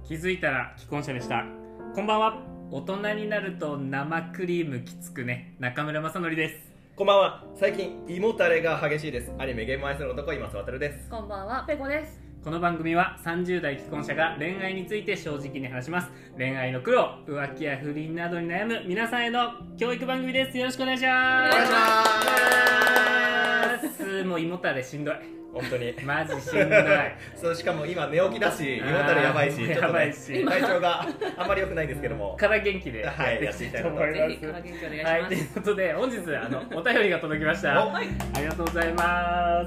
気づいたら既婚者でした。こんばんは。大人になると生クリームきつくね、中村正則です。 こんばんは。最近胃もたれが激しいです。アニメゲーム愛する男、今津渡です。 こんばんは、ペコです。 この番組は30代既婚者が恋愛について正直に話します。恋愛の苦労、浮気や不倫などに悩む皆さんへの教育番組です。よろしくお願いします。 お願いします。 もう胃もたれしんどい。 本当にマジしんどい。 そう、しかも今寝起きだし、胃もたれやばいし、ちょっとね、体調があんまり良くないんですけども、 から元気でやっていきたいと思います。 ぜひから元気お願いします。 はい、ということで本日お便りが届きました。 はい、 ありがとうございます。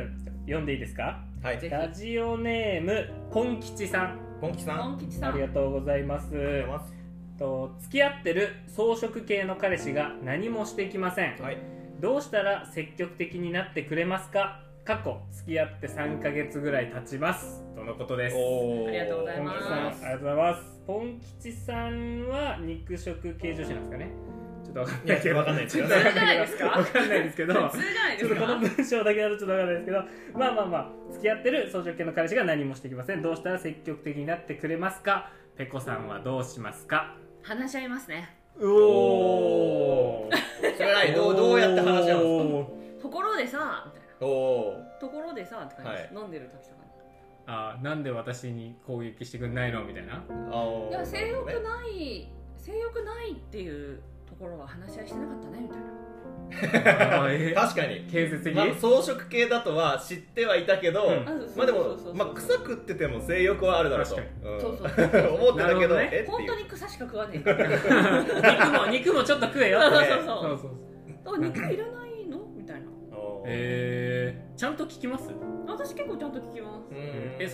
読んでいいですか？ はい。 ラジオネームポン吉さん。 ポン吉さん、 ありがとうございます。付き合ってる草食系の彼氏が何もしてきません。 はい。 どうしたら積極的になってくれますか？過去付き合って3ヶ月ぐらい経ちますとのことです。 おー、 ありがとうございます。 ポン吉さん、ありがとうございます。ポン吉さんは肉食系女子なんですかね？ちょっとわかんないけど、 わかんないですよ。 普通じゃないですか？ わかんないですけど、 普通じゃないでちょっとこすか？ の文章だけだとちょっとわかんないですけど、まあ付き合ってる草食系の彼氏が何もしてきません。どうしたら積極的になってくれますか？ペコさんはどうしますか？ 話し合いますね。 おー、 それないどうやって話し合うんですところでさ、みたいな。 か？おー、 ところでさって感じ、 はい飲んでる時とかなんで私に攻撃してくんないのみたいな。 に。いや、性欲ないっていうところは話し合いしてなかったねみたいな。 確かに。 建設的、 草食系だとは知ってはいたけど、まあでも、草食ってても性欲はあるだろうと、 確思ってそうたけど、 なるほどねっていう本当に草しか食わねえ。 肉もちょっと食えよって。 そう肉いらないのみたいな。 ちゃんと聞きます？ 私結構ちゃんと聞きます。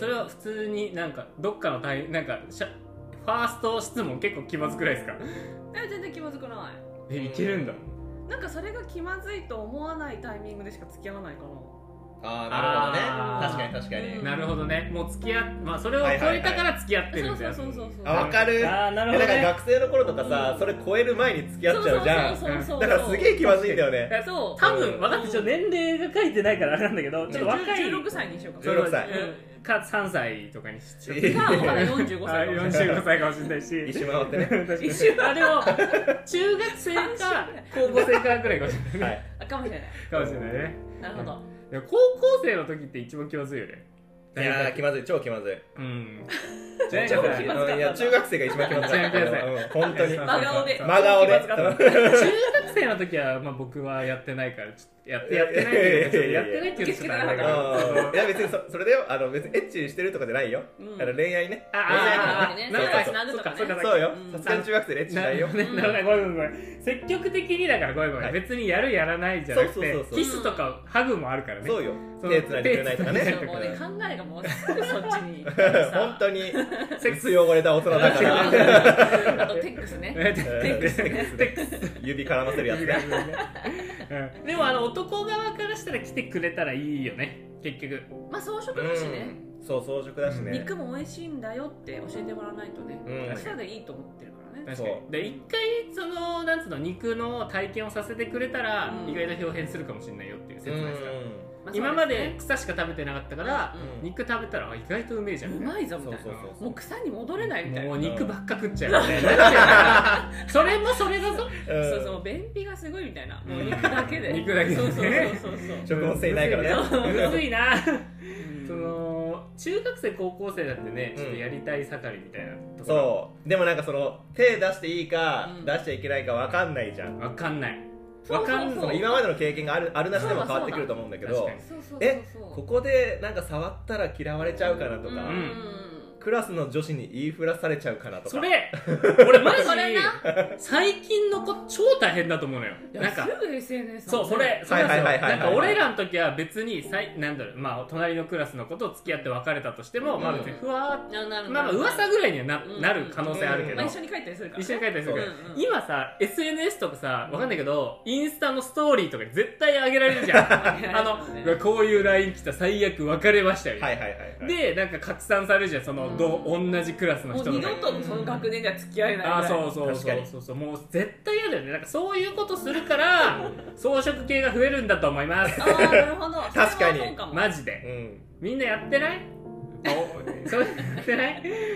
それは普通になんかどっかのファースト質問結構気まずくないですか？ 全然気まずくない。 いけるんだ。 なんかそれが気まずいと思わないタイミングでしか付き合わないかな。 なるほどね。確かに、 なるほどね。もう付き合っ、それを超えたから付き合ってるんだよ。 そうわかる。 なるほどね。 だから学生の頃とかさ、それ超える前に付き合っちゃうじゃん。だからすげえ気まずいんだよね。 そう多分分かって、年齢が書いてないからあれなんだけど、ちょっと若い 16歳にしようか。 16歳か3歳とかにしちゃうかまだ45歳 45歳かもしれないし、 一周回ってね。 一周あれを中学生か高校生かぐらいかもしれない。 かもしれない。 かもしれないね。 なるほど。 高校生の時って一番気まずいよね。 いやー、気まずい、超気まずい。 超気まずかった。 いや、中学生が一番気まずい。本当に真顔で。 中学生の時は僕はやってないからやってないっていうのはあれだけど、 いや別にそれでよ、別にエッチしてるとかじゃないよ。恋愛ね。そうよ。さすがに中学生でエッチしないよ。 ごめん。積極的にだからごめん。別にやるやらないじゃなくて、キスとかハグもあるからね。 そうよ。手つないでくれないとかね。 もうね、考えがもうすぐそっちに。 本当にセックス汚れた大人だから。 あとテックスね。 指絡ませるやつね。 でも男側からしたら来てくれたらいいよね、結局。 草食だしね。 そう、草食だしね。 肉も美味しいんだよって教えてもらわないとね。それでいいと思ってるからね。 確かに。で一回なんつうの、肉の体験をさせてくれたら意外と表変するかもしれないよっていう説明ですから。今まで草しか食べてなかったから肉食べたら意外とうめえじゃん。 うまいぞみたいな。もう草に戻れないみたいな。 もう肉ばっか食っちゃうよね。それもそれだぞ。 そう便秘がすごいみたいな。もう肉だけで。 肉だけで。 そう食物繊維ないからね。 むずいな。中学生高校生だってね、ちょっとやりたい盛りみたいなところ。 そうでもなんか手出していいか出しちゃいけないか分かんないじゃん。 分かんない。 今までの経験があるなしでも変わってくると思うんだけど、ここでなんか触ったら嫌われちゃうかなとか、クラスの女子に言いふらされちゃうかなとか。 それ俺マジ最近の子超大変だと思うのよ。なんかすぐ SNS。 そう、それなんか俺らの時は別に隣のクラスの子と付き合って別れたとしても、別にふわー噂ぐらいにはなる可能性あるけど、 一緒に帰ったりするから。 一緒に帰ったりするけど、今さ SNS とかさ、わかんないけどインスタのストーリーとかに絶対上げられるじゃん。こういう LINE 来た、最悪別れましたよ。でなんか拡散されるじゃん、同じクラスの人の。 もう二度とその学年では付き合えない。 そうもう絶対嫌だよね。なんかそういうことするから草食系が増えるんだと思います。 なるほど。 確かにマジでみんなやってない？そうやってない？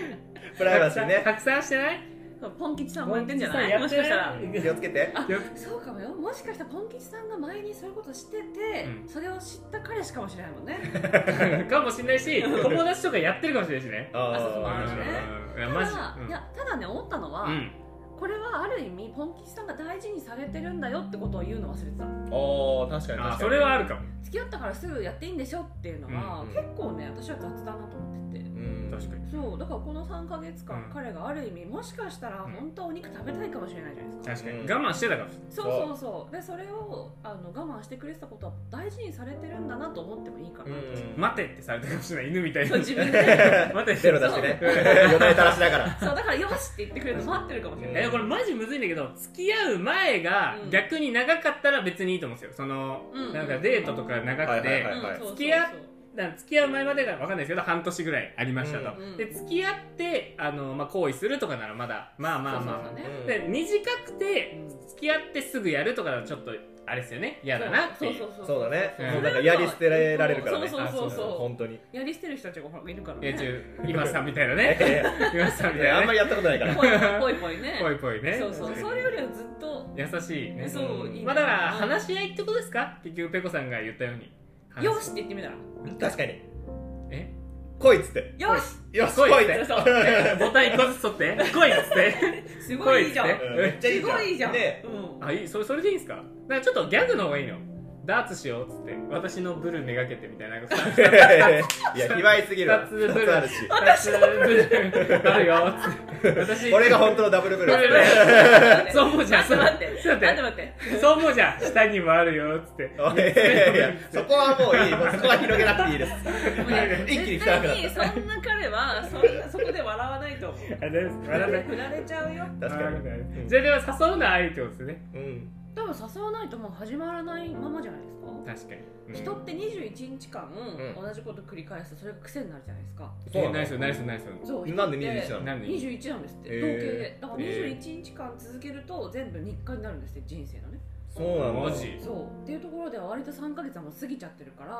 プライバシーね拡散してない？ ポン吉さんもやってんじゃない？もしかしたら気をつけて。 そうかもよ。もしかしたらポン吉さんが前にそういうことしてて、それを知った彼氏かもしれないもんね。 かもしれないし、友達とかやってるかもしれないしね。 そうあるしね。ただね、思ったのは、これはある意味ポン吉さんが大事にされてるんだよってことを言うの忘れてた。 確かに確かに。 それはあるかも。 付き合ったからすぐやっていいんでしょっていうのは、結構ね、私は雑だなと思ってて。 確かに。 そうだからこの3ヶ月間、彼がある意味もしかしたら本当はお肉食べたいかもしれないじゃないですか。 確かに我慢してたかも。 そうでそれを我慢してくれてたことは大事にされてるんだなと思ってもいいかなと。 待てってされたかもしれない、犬みたいな。 自分で待てベロ出してね、よだれ垂らしながら。 そうだからよしって言ってくれるの待ってるかもしれない。 これマジむずいんだけど、付き合う前が逆に長かったら別にいいと思うんですよ。そのなんかデートとか長くて付き合う前までが分かんないですけど半年ぐらいありましたと、で付き合って行為するとかならまだまあで短くて付き合ってすぐやるとかだとちょっとあれですよね、嫌だなっていう。 そうだね、もうなんかやり捨てられるからね。 そう本当にやり捨てる人たちがいるからね。 今さんみたいなね。今さんみたいな、 あんまりやったことないから。 ぽいぽいね。 ぽいね。 そうそれよりはずっと優しいね。 そうだから話し合いってことですか、結局ペコさんが言ったように。 よしって言ってみたら。 確かに。来いっつって。 よし来いって。 ボタン1個ずつ取って来いっつって。 すごいいいじゃん。 めっちゃいいじゃん。 すごいいいじゃん。 それでいいんすか？なんかちょっとギャグの方がいいの。ダーツしようっつって私のブルめがけてみたいな。いや、卑猥すぎる。 2つブルあるし。私のブルあるよっつって。 これが本当のダブルブル。 そう思うじゃん。 待ってそう思うじゃん。下にもあるよっつって。 そこはもういい。そこは広げなくていいです。一気に深くなった。 そんな彼はそこで笑わないと思う。振られちゃうよ。 確かに。 じゃあでも誘うのはありってことですね。 多分誘わないともう始まらないままじゃないですか。 確かに。 人って21日間同じこと繰り返すとそれが癖になるじゃないですか。 ナイス。 そうなんで21なの ？21なんですって、統計で。だから21日間続けると全部日課になるんですって、人生のね。 そうなの？ マジ？ そうっていうところでは割と3ヶ月はもう過ぎちゃってるから、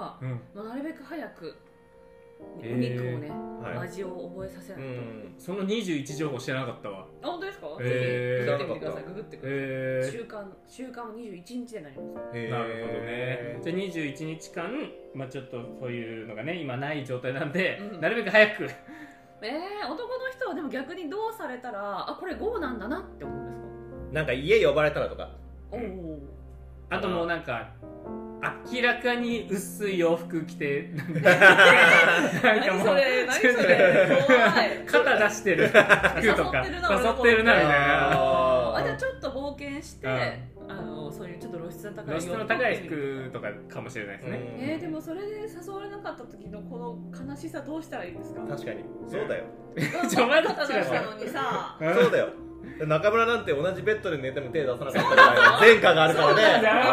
なるべく早くお肉をね、味を覚えさせないと。 その21情報知らなかったわ。 本当ですか？ぜひググってみてください。ググってください。週間は21日でなります。 なるほどね。じゃあ21日間、ちょっとそういうのがね今ない状態なんで、なるべく早く。 男の人はでも逆にどうされたらこれGOなんだなって思うんですか？ なんか家呼ばれたらとか。 あともうなんか明らかに薄い洋服着てなんかもう何それ肩出してる服とか誘ってるなみたいな。じゃあちょっと冒険してそういうちょっと露出の高い服とかかもしれないですね。 でもそれで誘われなかった時のこの悲しさどうしたらいいですか？ 確かにそうだよ。 肩出したのにさ。 そうだよ。中村なんて同じベッドで寝ても手出さなかったぐらいの前科があるからね。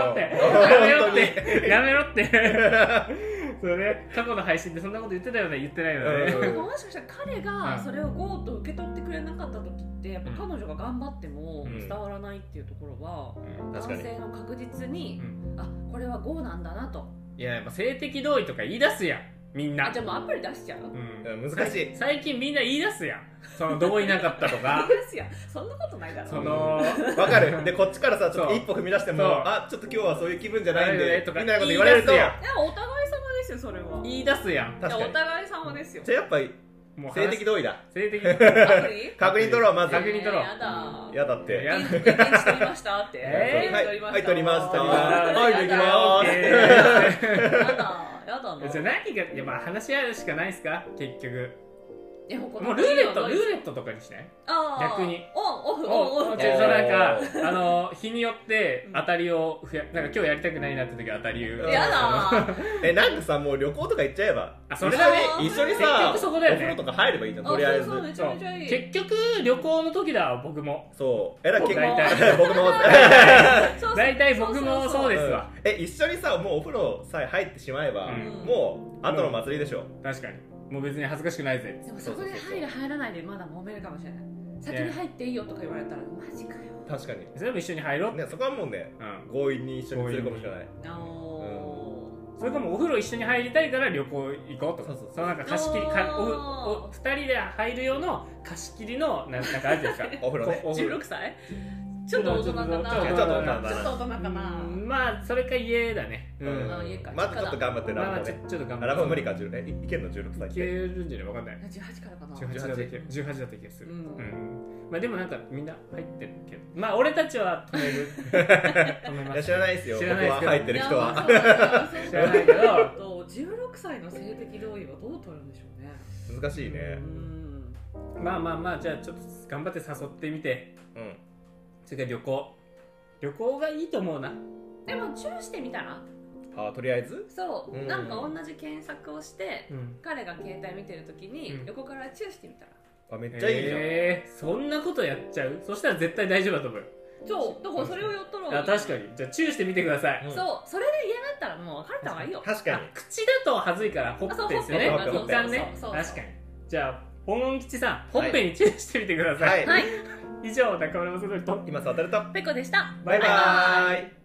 やめろってそうね、過去の配信でそんなこと言ってたよね、言ってないよね。 もしかしたら彼がそれをゴーと受け取ってくれなかった時ってやっぱ彼女が頑張っても伝わらないっていうところは、男性の確実にこれはゴーなんだなと。 いや、やっぱ性的同意とか言い出すやんみんな。 じゃあもうアプリ出しちゃう？ 難しい。 最近みんな言い出すやん、その同意なかったとか。 言い出すやん、そんなことないだろ。 わかる。でこっちからさ、ちょっと一歩踏み出しても、ちょっと今日はそういう気分じゃないんでみたいなこと言われると、いやお互い様ですよ、それは。 言い出すやん。 お互い様ですよ。 じゃあやっぱり性的同意だ。 性的確認取ろう。まず確認取ろう。 やだって。 現地取りましたって。 はい取りました。はいできます。やだな。 じゃあ何がやっぱ話し合うしかないですか結局。もうルーレットとかにしない？逆にオフなんか日によって当たりをなんか今日やりたくないなって時は当たりを。 やだ。 なんかさ、もう旅行とか行っちゃえば、 それだね。 一緒にさ、お風呂とか入ればいいじゃん。とりあえずめちゃめちゃいい。 結局旅行の時だ、僕も。 そう僕も大体僕もそうですわ。 一緒にさ、もうお風呂さえ入ってしまえばもう後の祭りでしょ。 確かにもう別に恥ずかしくないぜ。 でもそこで入らないでまだ揉めるかもしれない。先に入っていいよとか言われたらマジかよ。 確かに。 それも一緒に入ろう。 そこはもうね、強引に一緒にするかもしれない。 それかもうお風呂一緒に入りたいから旅行行こうとか、そのなんか貸し切り2人で入る用の貸し切りのなんかあるじゃないですかお風呂ね。 16歳ちょっと大人かな。ちょっと大人かな。 まあそれか家だね。 家か。 まずちょっと頑張ってラブもね。 ちょっと頑張って。 ラブも無理か。いけるの16歳。 いけるんじゃないわかんない。 18からかな。 18だった気がする。まあでもなんかみんな入ってるけど、まあ俺たちは止めます。 知らないですよ。僕は入ってる人は。 知らないけど、 16歳の性的同意はどう取るんでしょうね。 難しいね。 まあじゃあちょっと頑張って誘ってみて。それから旅行がいいと思うな。でもチューしてみたら？ とりあえず？ そう、なんか同じ検索をして、彼が携帯見てるときに横からチューしてみたら。 めっちゃいいじゃん。 そんなことやっちゃう？そしたら絶対大丈夫だと思うよ。 そう、だからそれをやったら。 確かに。じゃあチューしてみてください。 そう、それで嫌だったらもう別れた方がいいよ。 確かに。 口だと恥ずいからほっぺですよね。一旦ね。確かに。じゃあポン吉さん、ほっぺにチューしてみてください。 はい。 以上、中村正則と今渡るとペコでした。 バイバーイ。